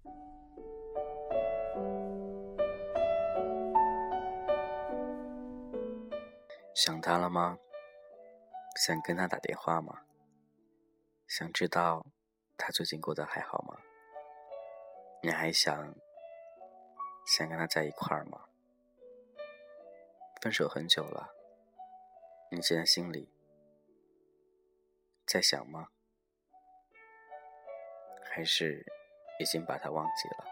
想他了吗？想跟他打电话吗？想知道他最近过得还好吗？你还想跟他在一块儿吗？分手很久了，你现在心里在想吗？还是已经把他忘记了？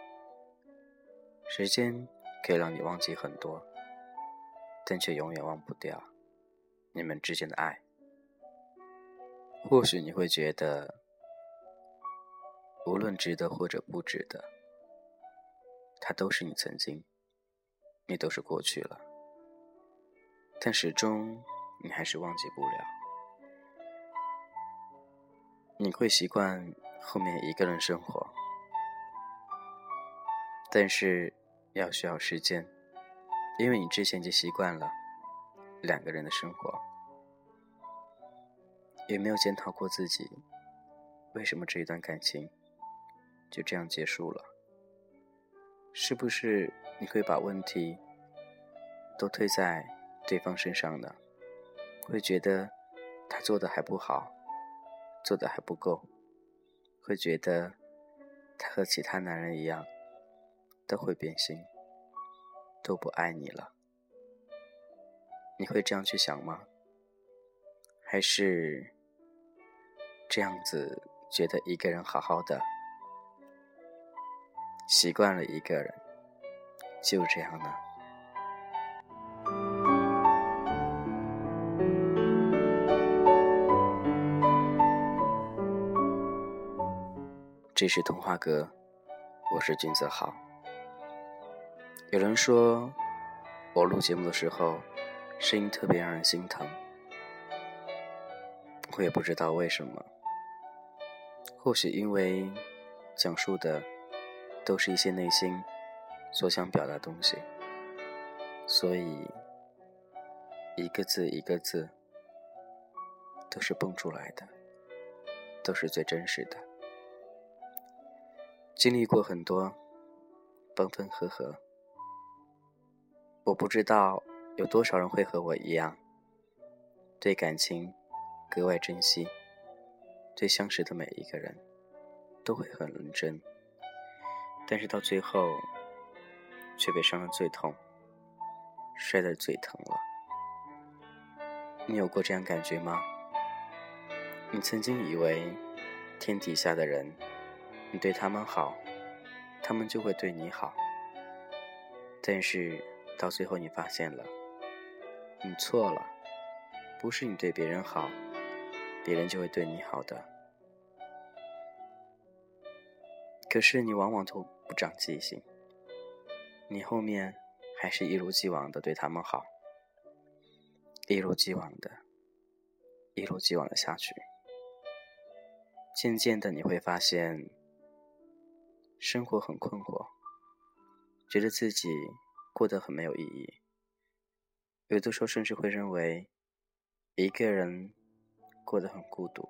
时间可以让你忘记很多，但却永远忘不掉你们之间的爱。或许你会觉得，无论值得或者不值得，它都是你曾经，你都是过去了，但始终你还是忘记不了。你会习惯后面一个人生活，但是要需要时间，因为你之前就习惯了两个人的生活。也没有检讨过自己，为什么这一段感情就这样结束了？是不是你会把问题都推在对方身上呢？会觉得他做的还不好，做的还不够，会觉得他和其他男人一样都会变心，都不爱你了。你会这样去想吗？还是这样子觉得一个人好好的，习惯了一个人，就这样呢？这是童话阁，我是君泽浩。有人说我录节目的时候声音特别让人心疼，我也不知道为什么，或许因为讲述的都是一些内心所想表达的东西，所以一个字一个字都是蹦出来的，都是最真实的。经历过很多分分合合，我不知道有多少人会和我一样，对感情格外珍惜，对相识的每一个人都会很认真，但是到最后却被伤得最痛，摔得最疼了。你有过这样感觉吗？你曾经以为天底下的人，你对他们好，他们就会对你好，但是到最后你发现了，你错了，不是你对别人好，别人就会对你好的。可是你往往都不长记性，你后面还是一如既往的对他们好，一如既往的下去。渐渐的你会发现，生活很困惑，觉得自己过得很没有意义，有的时候甚至会认为一个人过得很孤独。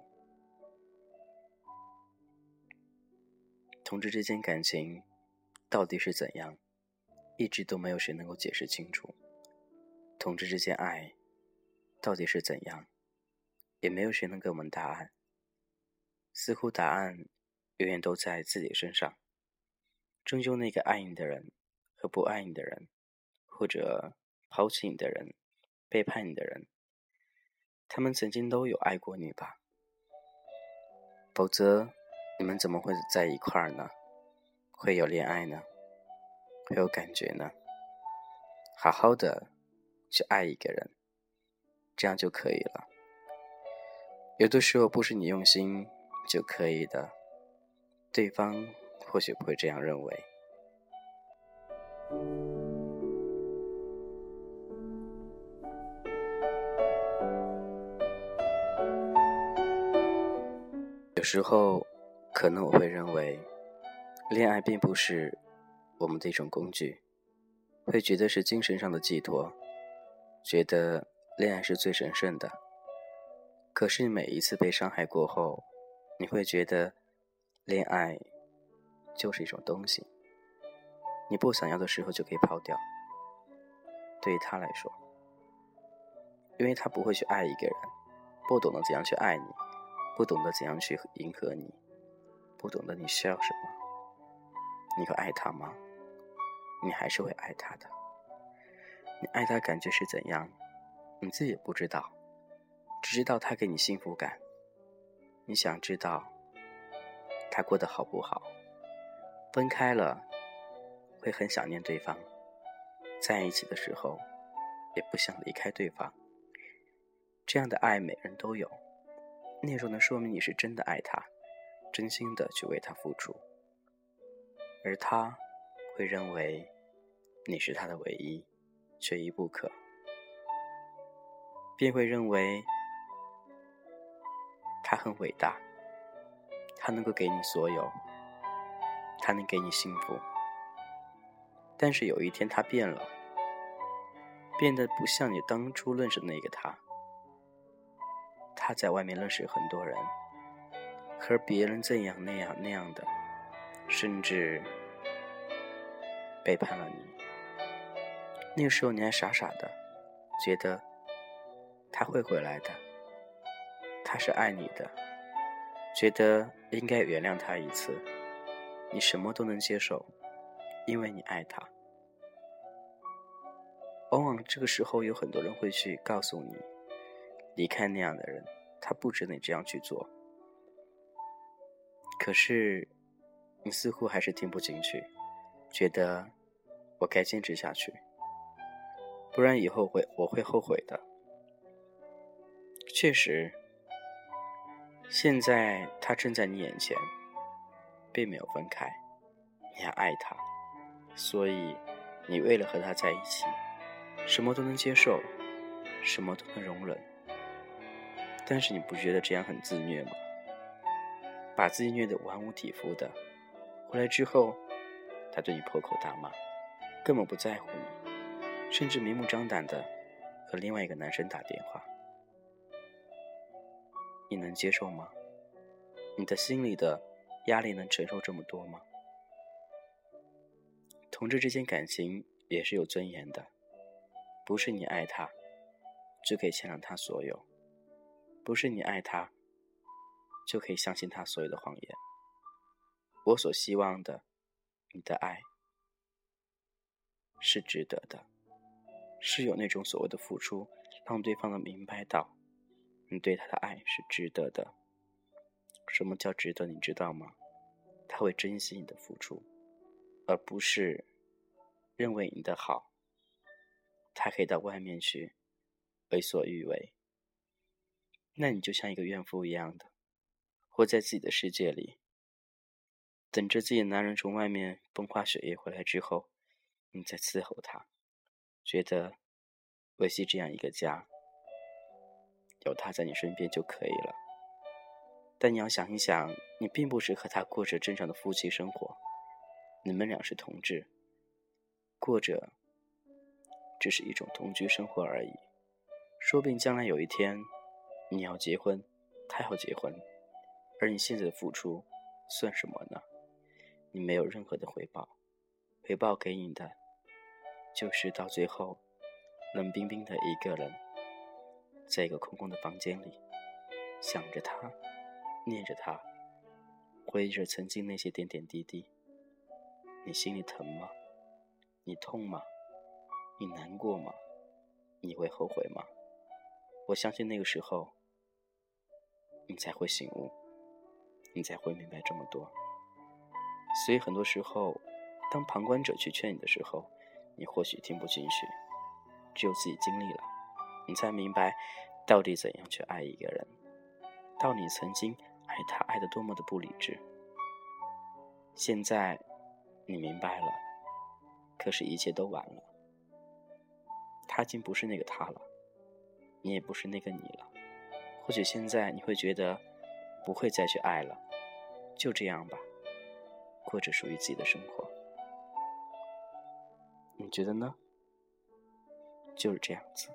同志之间感情到底是怎样，一直都没有谁能够解释清楚。同志之间爱到底是怎样，也没有谁能给我们答案。似乎答案永远都在自己身上，终究那个爱你的人和不爱你的人，或者抛弃你的人，背叛你的人，他们曾经都有爱过你吧？否则你们怎么会在一块儿呢？会有恋爱呢？会有感觉呢？好好的去爱一个人，这样就可以了。有的时候不是你用心就可以的，对方或许不会这样认为。有时候可能我会认为，恋爱并不是我们的一种工具，会觉得是精神上的寄托，觉得恋爱是最神圣的。可是每一次被伤害过后，你会觉得恋爱就是一种东西，你不想要的时候就可以抛掉。对于他来说，因为他不会去爱一个人，不懂得怎样去爱你，不懂得怎样去迎合你，不懂得你需要什么。你会爱他吗？你还是会爱他的。你爱他感觉是怎样，你自己也不知道，只知道他给你幸福感。你想知道他过得好不好。分开了会很想念对方，在一起的时候也不想离开对方。这样的爱每人都有，那时候能说明你是真的爱他，真心的去为他付出。而他会认为你是他的唯一，缺一不可，便会认为他很伟大，他能够给你所有，他能给你幸福。但是有一天他变了，变得不像你当初认识的那个他。他在外面认识很多人，和别人这样那样的，甚至背叛了你。那个时候你还傻傻的觉得他会回来的，他是爱你的，觉得应该原谅他一次，你什么都能接受，因为你爱他。往往这个时候有很多人会去告诉你，离开那样的人，他不值得你这样去做。可是你似乎还是听不进去，觉得我该坚持下去，不然以后我会后悔的。确实，现在他正在你眼前，并没有分开，你还爱他，所以你为了和他在一起，什么都能接受，什么都能容忍。但是你不觉得这样很自虐吗？把自己虐得玩无体肤的，回来之后他对你破口大骂，根本不在乎你，甚至明目张胆的和另外一个男生打电话。你能接受吗？你的心里的压力能承受这么多吗？同志之间感情也是有尊严的，不是你爱他就可以谦让他所有，不是你爱他就可以相信他所有的谎言。我所希望的，你的爱是值得的，是有那种所谓的付出，让对方能明白到你对他的爱是值得的。什么叫值得，你知道吗？他会珍惜你的付出，而不是认为你的好，他可以到外面去为所欲为。那你就像一个怨妇一样的，活在自己的世界里，等着自己的男人从外面风花雪月回来之后，你再伺候他，觉得维系这样一个家，有他在你身边就可以了。但你要想一想，你并不是和他过着正常的夫妻生活，你们俩是同志，过着只是一种同居生活而已。说不定将来有一天你要结婚，他要结婚，而你现在的付出算什么呢？你没有任何的回报，回报给你的就是到最后冷冰冰的一个人，在一个空空的房间里，想着他，念着他，回忆着曾经那些点点滴滴。你心里疼吗？你痛吗？你难过吗？你会后悔吗？我相信那个时候你才会醒悟，你才会明白这么多。所以很多时候当旁观者去劝你的时候，你或许听不进去，只有自己经历了，你才明白到底怎样去爱一个人，到你曾经爱他爱得多么的不理智。现在你明白了，可是一切都晚了。他已经不是那个他了，你也不是那个你了。或许现在你会觉得不会再去爱了，就这样吧，过着属于自己的生活。你觉得呢？就是这样子。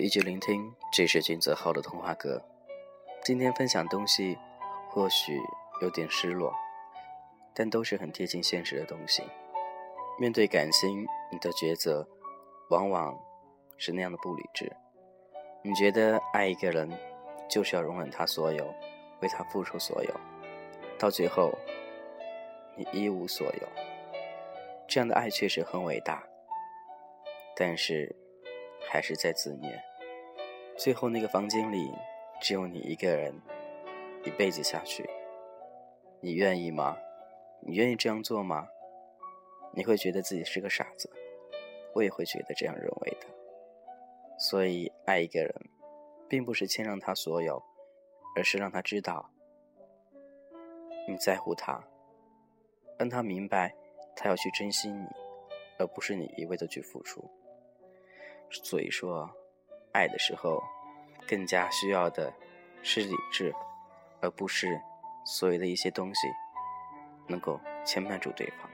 一直聆听，这是君泽浩的童话阁。今天分享东西或许有点失落，但都是很贴近现实的东西。面对感情，你的抉择往往是那样的不理智。你觉得爱一个人就是要容忍他所有，为他付出所有，到最后你一无所有。这样的爱确实很伟大，但是还是在自虐。最后那个房间里只有你一个人，一辈子下去，你愿意吗？你愿意这样做吗？你会觉得自己是个傻子，我也会觉得这样认为的。所以爱一个人并不是谦让他所有，而是让他知道你在乎他，让他明白他要去珍惜你，而不是你一味的去付出。所以说爱的时候更加需要的是理智，而不是所有的一些东西能够牵绊住对方。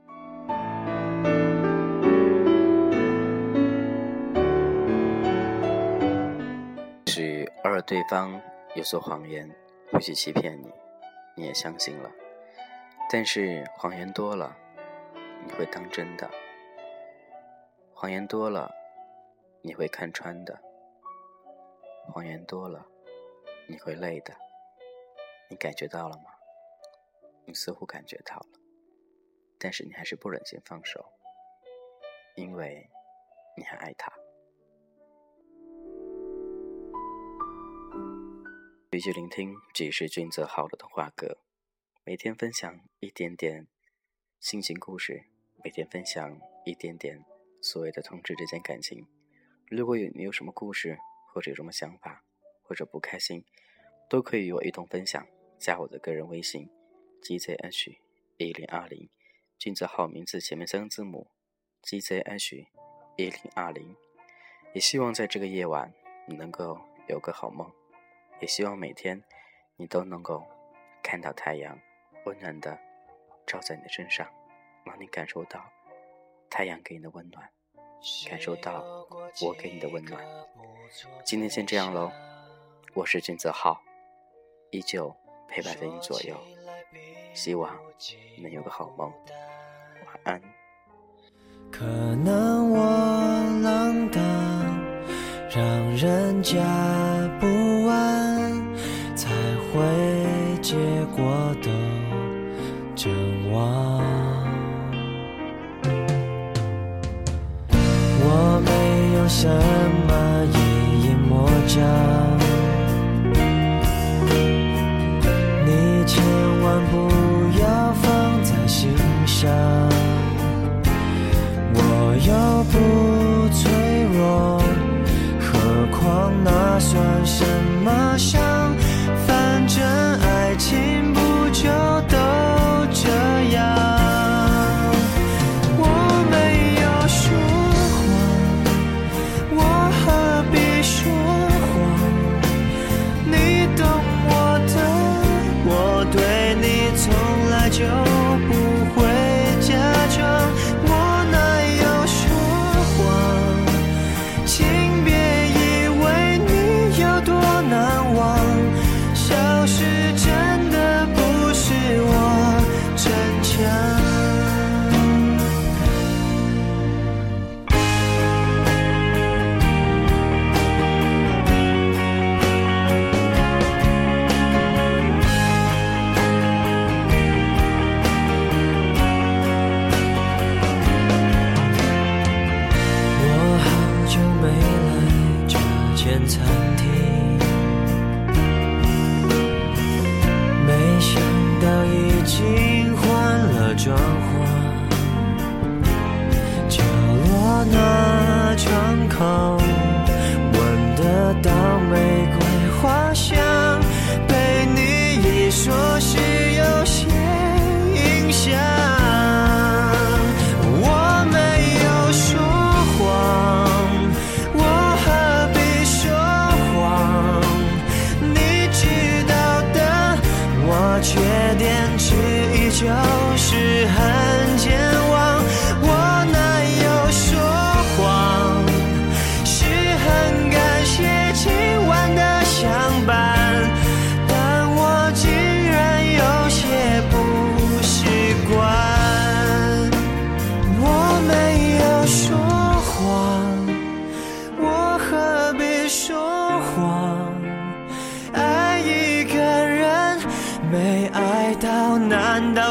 许偶尔对方有所谎言会去欺骗你，你也相信了，但是谎言多了你会当真的，谎言多了你会看穿的，谎言多了你会累的。你感觉到了吗？你似乎感觉到了，但是你还是不忍心放手，因为你还爱他。继续聆听，这是君泽浩的童话阁，每天分享一点点心情故事，每天分享一点点所谓的同志之间感情。如果你有什么故事，或者有什么想法，或者不开心，都可以与我一同分享。加我的个人微信 GZH1020， 君泽浩名字前面3个字母 GZH1020。 也希望在这个夜晚你能够有个好梦，也希望每天你都能够看到太阳温暖的照在你的身上，让你感受到太阳给你的温暖，感受到我给你的温暖。今天先这样咯，我是君泽浩，依旧陪伴在你左右，希望能有个好梦，晚安。 可能我浪荡，让人家不安，才会结果都阵亡。我没有什么阴影魔障，你千万不要放在心上，我又不脆弱，何况那算什么伤？反正爱情不就都这样。我没有说谎，我何必说谎？你懂我的，我对你从来就不会假装。我哪有说谎？请别以为你有多难忘，消失真的不是我逞强。餐厅，没想到已经换了装潢，角落那窗口闻得到玫瑰花香，被你一说是有些影响。我没有说谎，缺点之一就是很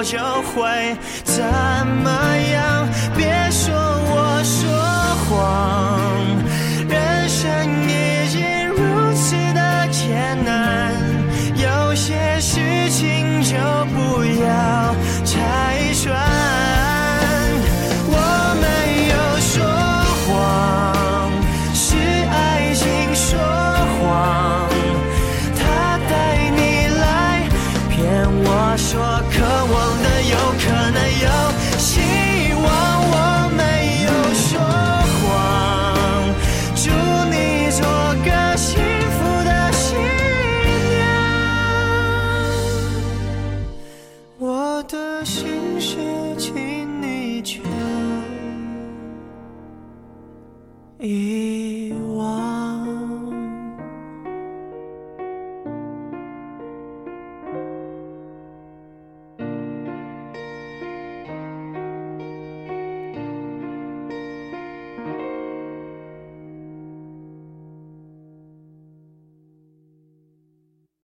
就会怎么样？别说我说谎，人生已经如此的艰难，有些事情就不要拆穿。我没有说谎，是爱情说谎，他带你来骗我说渴望的有可能有希望。我没有说谎，祝你做个幸福的新娘，我的心事请你就一